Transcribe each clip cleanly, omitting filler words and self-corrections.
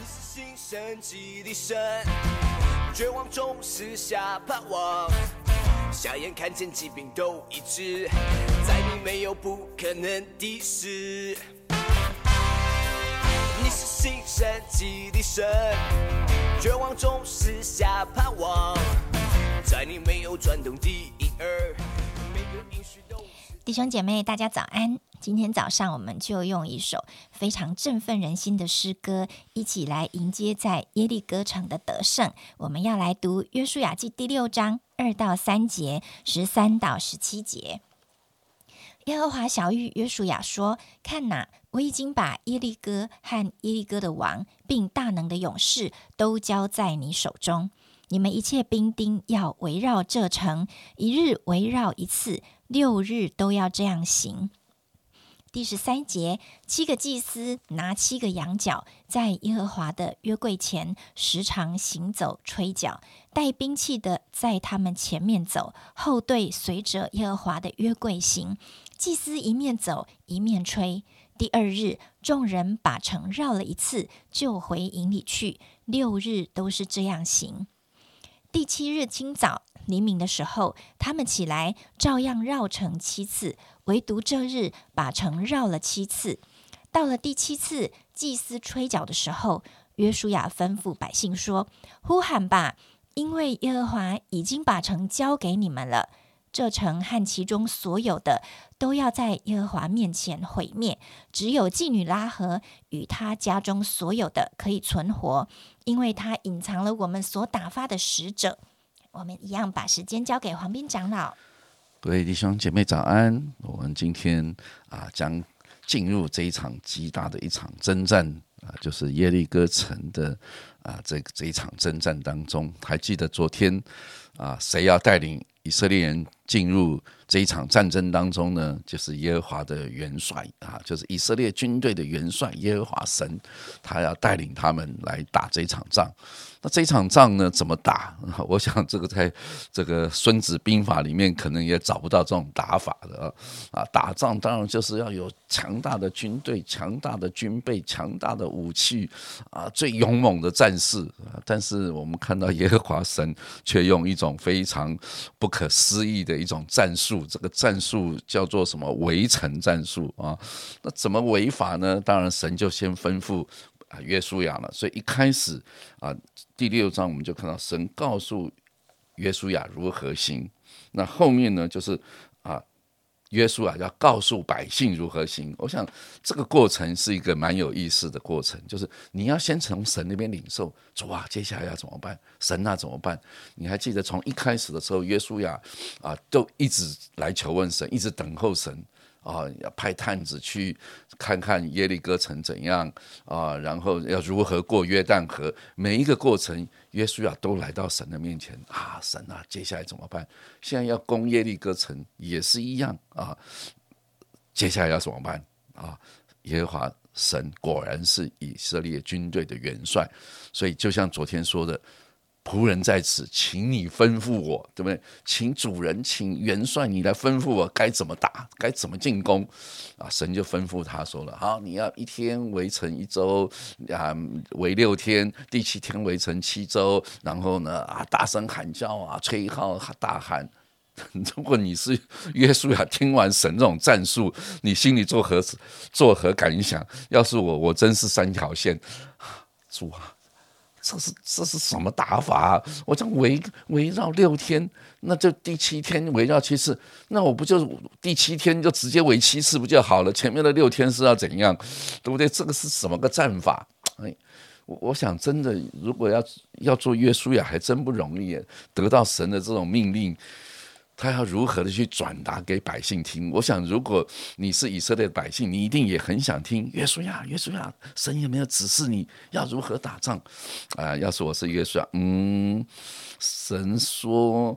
是新生机的神，绝望中撕下盼望，瞎眼看见疾病都医治，在你没有不可能的事。你是新生机的神，绝望中撕下盼望，在你没有转动的婴儿，每个应许都是。 弟兄姐妹，大家早安！今天早上我们就用一首非常振奋人心的诗歌，一起来迎接在耶利哥城的得胜。我们要来读约书亚记第6章2到3节，13到17节。耶和华晓谕约书亚说：看哪，我已经把耶利哥和耶利哥的王，并大能的勇士都交在你手中。你们一切兵丁要围绕这城，一日围绕一次，6日都要这样行。第13节，7个祭司拿7个羊角，在耶和华的约柜前时常行走吹角，带兵器的在他们前面走，后队随着耶和华的约柜行。祭司一面走一面吹。第2日，众人把城绕了一次，就回营里去，6日都是这样行。第7日清早黎明的时候，他们起来，照样绕城7次，唯独这日把城绕了7次。到了第7次，祭司吹角的时候，约书亚吩咐百姓说：呼喊吧，因为耶和华已经把城交给你们了。这城和其中所有的都要在耶和华面前毁灭，只有妓女拉合与他家中所有的可以存活，因为他隐藏了我们所打发的使者。我们一样把时间交给黄斌长老。 各位弟兄姐妹早安！我们今天将进入这一场极大的一场征战就是耶利哥城的这一场征战当中，还记得昨天谁要带领以色列人进入这一场战争当中呢？就是耶和华的元帅就是以色列军队的元帅耶和华神，他要带领他们来打这一场仗。那这一场仗呢，怎么打？我想这个在这个孙子兵法里面可能也找不到这种打法的打仗当然就是要有强大的军队、强大的军备、强大的武器最勇猛的战士。但是我们看到耶和华神却用一种非常不可思议的一种战术，这个战术叫做什么？围城战术那怎么围法呢？当然神就先吩咐约书亚了。所以一开始第6章我们就看到神告诉约书亚如何行。那后面呢，就是约书亚要告诉百姓如何行。我想这个过程是一个蛮有意思的过程，就是你要先从神那边领受，主接下来要怎么办？神怎么办？你还记得从一开始的时候，约书亚都一直来求问神，一直等候神要派探子去看看耶利哥城怎样然后要如何过约旦河。每一个过程约书亚都来到神的面前神接下来怎么办？现在要攻耶利哥城也是一样接下来要怎么办耶和华神果然是以色列军队的元帅，所以就像昨天说的，仆人在此，请你吩咐我，对不对？请主人，请元帅，你来吩咐我该怎么打，该怎么进攻神就吩咐他说了：好，你要1天围城1周围6天，第7天围城7周，然后呢大声喊叫吹号大喊。如果你是约书亚，听完神这种战术，你心里作何感想？要是我真是3条线，主这是什么打法我这样围绕6天，那就第7天围绕7次，那我不就第7天就直接围7次不就好了？前面的6天是要怎样，对不对？这个是什么个战法？我想真的，如果要做约书亚，还真不容易得到神的这种命令。他要如何的去转达给百姓听？我想，如果你是以色列的百姓，你一定也很想听约书亚，神有没有指示你要如何打仗？要是我是约书亚，神说，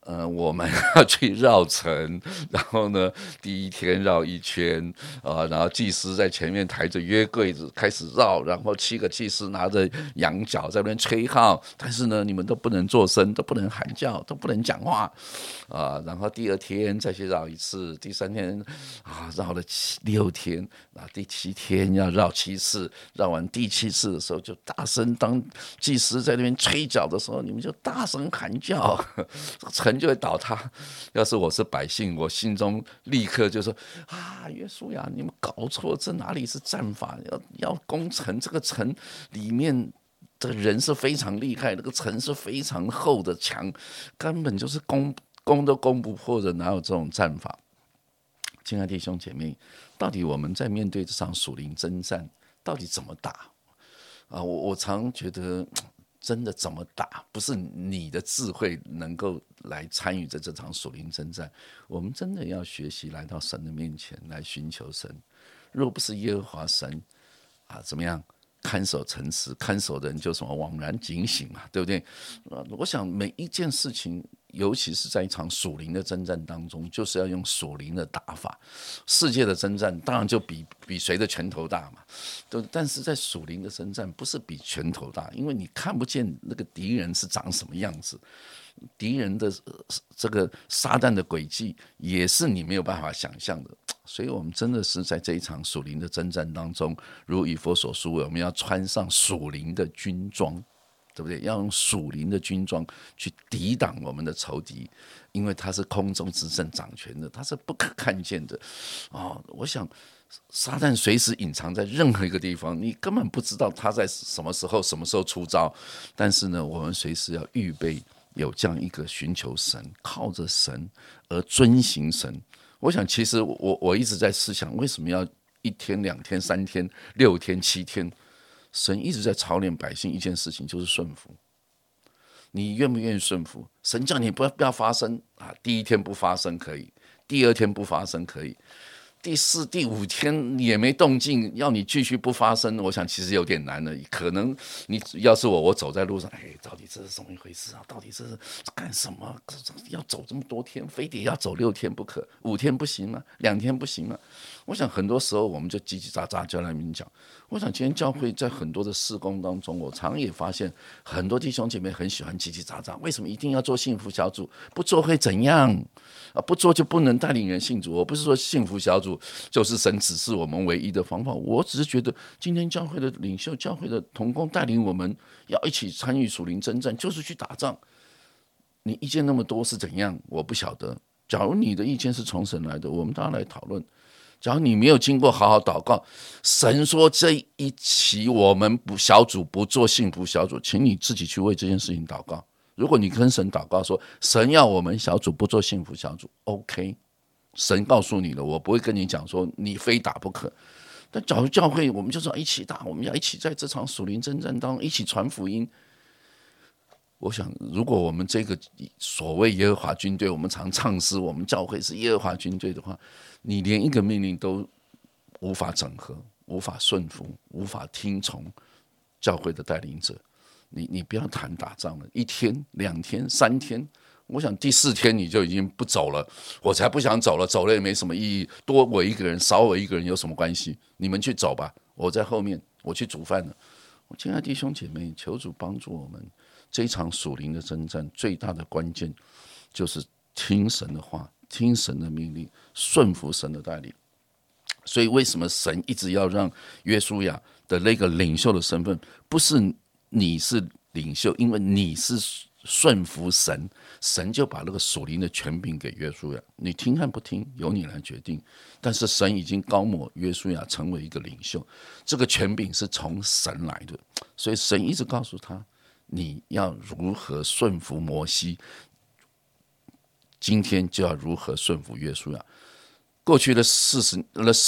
我们要去绕城，然后呢，第一天绕一圈然后祭司在前面抬着约柜子开始绕，然后7个祭司拿着羊角在那边吹号，但是呢，你们都不能作声，都不能喊叫，都不能讲话然后第2天再去绕一次，第3天绕了6天，第7天要绕7次，绕完第7次的时候就大声，当祭司在那边吹角的时候，你们就大声喊叫，城就会倒塌。要是我是百姓，我心中立刻就说约书亚，你们搞错，这哪里是战法？要攻城，这个城里面的人是非常厉害，那个城是非常厚的墙，根本就是攻都攻不破的，哪有这种战法？亲爱的弟兄姐妹，到底我们在面对这场属灵征战，到底怎么打我常觉得真的怎么打，不是你的智慧能够来参与这场属灵征战，我们真的要学习来到神的面前来寻求神。若不是耶和华神怎么样看守城池，看守的人就什么枉然警醒嘛，对不对？我想每一件事情，尤其是在一场属灵的征战当中，就是要用属灵的打法。世界的征战当然就比谁的拳头大嘛，但是在属灵的征战不是比拳头大，因为你看不见那个敌人是长什么样子，敌人的这个撒旦的诡计也是你没有办法想象的。所以我们真的是在这一场属灵的征战当中，如以弗所书，我们要穿上属灵的军装，对不对？要用属灵的军装去抵挡我们的仇敌，因为他是空中之政掌权的，他是不可看见的我想撒旦随时隐藏在任何一个地方，你根本不知道他在什么时候出招，但是呢，我们随时要预备有这样一个寻求神，靠着神而遵行神。我想其实我一直在思想，为什么要1天2天3天6天7天？神一直在操练百姓一件事情，就是顺服。你愿不愿意顺服？神叫你不要发声第1天不发声可以，第2天不发声可以，第4、第5天也没动静，要你继续不发声，我想其实有点难了。可能你要是我走在路上，到底这是怎么一回事到底这是干什么？要走这么多天，非得要走6天不可，5天不行吗？2天不行吗？我想很多时候我们就叽叽喳喳就来明讲。我想今天教会在很多的事工当中，我常也发现很多弟兄姐妹很喜欢叽叽喳喳，为什么一定要做幸福小组？不做会怎样不做就不能带领人信主。我不是说幸福小组就是神指示我们唯一的方法，我只是觉得今天教会的领袖、教会的同工带领我们要一起参与属灵征战，就是去打仗。你意见那么多是怎样？我不晓得。假如你的意见是从神来的，我们大家来讨论。假如你没有经过好好祷告，神说这一期我们小组不做幸福小组，请你自己去为这件事情祷告。如果你跟神祷告说神要我们小组不做幸福小组 OK， 神告诉你了，我不会跟你讲说你非打不可。但假如教会我们就是要一起打，我们要一起在这场属灵征战当中一起传福音。我想如果我们这个所谓耶和华军队，我们常唱诗我们教会是耶和华军队的话，你连一个命令都无法整合，无法顺服，无法听从教会的带领者，你不要谈打仗了，1天2天3天，我想第4天你就已经不走了，我才不想走了，走了也没什么意义，多我一个人少我一个人有什么关系？你们去走吧，我在后面，我去煮饭了。我亲爱的弟兄姐妹，求主帮助我们，这一场属灵的征战最大的关键就是听神的话，听神的命令，顺服神的带领。所以为什么神一直要让约书亚的那个领袖的身份，不是你是领袖，因为你是顺服神，神就把那个属灵的权柄给约书亚，你听和不听由你来决定。但是神已经膏抹约书亚成为一个领袖，这个权柄是从神来的，所以神一直告诉他，你要如何顺服摩西，今天就要如何顺服约书亚。过去的40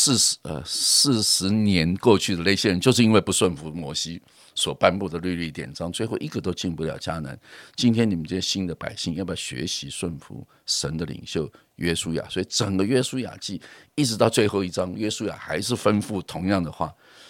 年过去的那些人，就是因为不顺服摩西所颁布的律例典章，最后一个都进不了迦南。今天你们这些新的百姓，要不要学习顺服神的领袖约书亚？所以整个约书亚记一直到最后一章，约书亚还是吩咐同样的话，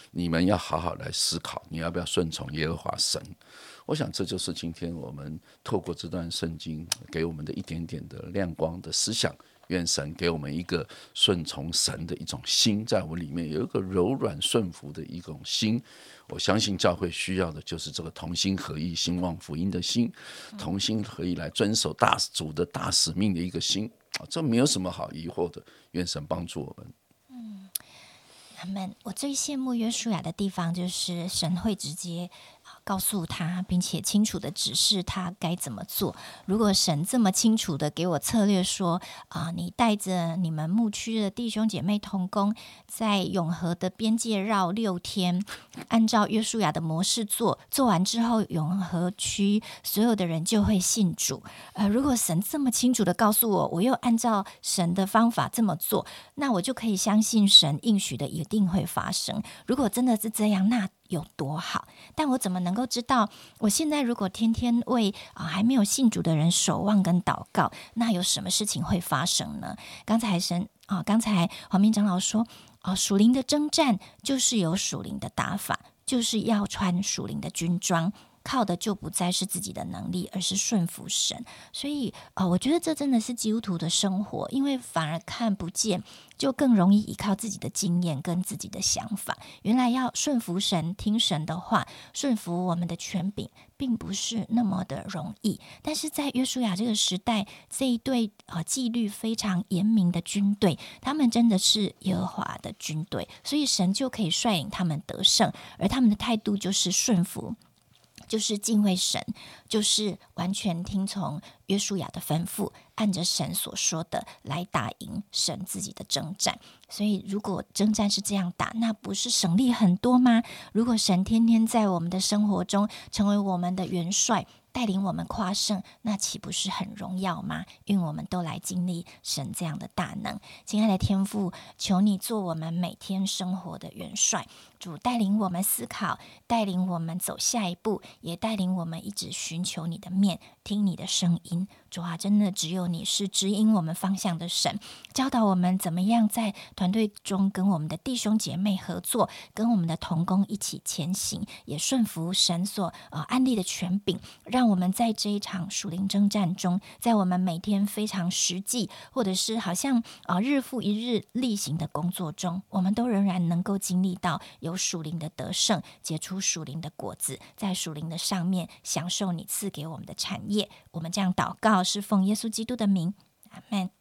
你们要好好来思考，你要不要顺从耶和华神。我想这就是今天我们透过这段圣经给我们的一点点的亮光的思想。愿神给我们一个顺从神的一种心，在我们里面有一个柔软顺服的一种心。我相信教会需要的就是这个同心合意兴旺福音的心，同心合意来遵守大主的大使命的一个心，这没有什么好疑惑的。愿神帮助我们。 阿们。我最羡慕约书亚的地方，就是神会直接告诉他，并且清楚的指示他该怎么做。如果神这么清楚的给我策略说，你带着你们牧区的弟兄姐妹同工，在永和的边界绕6天，按照约书亚的模式做完之后，永和区所有的人就会信主。如果神这么清楚的告诉我，我又按照神的方法这么做，那我就可以相信神应许的一定会发生。如果真的是这样，那有多好？但我怎么能够知道，我现在如果天天为还没有信主的人守望跟祷告，那有什么事情会发生呢？刚才黄明长老说，属灵的征战就是有属灵的打法，就是要穿属灵的军装，靠的就不再是自己的能力，而是顺服神。所以我觉得这真的是基督徒的生活，因为反而看不见，就更容易依靠自己的经验跟自己的想法。原来要顺服神，听神的话，顺服我们的权柄，并不是那么的容易。但是在约书亚这个时代，这一队纪律非常严明的军队，他们真的是耶和华的军队，所以神就可以率领他们得胜，而他们的态度就是顺服，就是敬畏神，就是完全听从约书亚的吩咐，按着神所说的来打赢神自己的征战。所以如果征战是这样打，那不是省力很多吗？如果神天天在我们的生活中成为我们的元帅，带领我们夸胜，那岂不是很荣耀吗？愿我们都来经历神这样的大能。亲爱的天父，求你做我们每天生活的元帅，主带领我们思考，带领我们走下一步，也带领我们一直寻求你的面，听你的声音。主啊，真的只有你是指引我们方向的神，教导我们怎么样在团队中跟我们的弟兄姐妹合作，跟我们的同工一起前行，也顺服神所安立的权柄，让我们在这一场属灵征战中，在我们每天非常实际，或者是好像日复一日例行的工作中，我们都仍然能够经历到有属灵的得胜，结出属灵的果子，在属灵的上面享受你赐给我们的产业。我们这样祷告，是奉耶稣基督的名，阿们。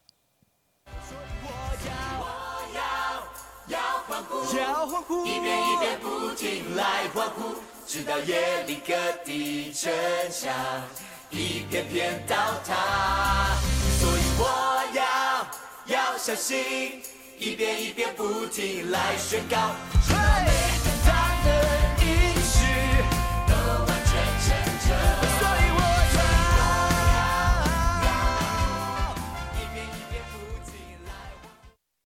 要欢呼，一遍一遍不停来欢呼，直到耶利哥地城墙一片片倒塌。所以我要相信，一遍一遍不停来宣告，直到每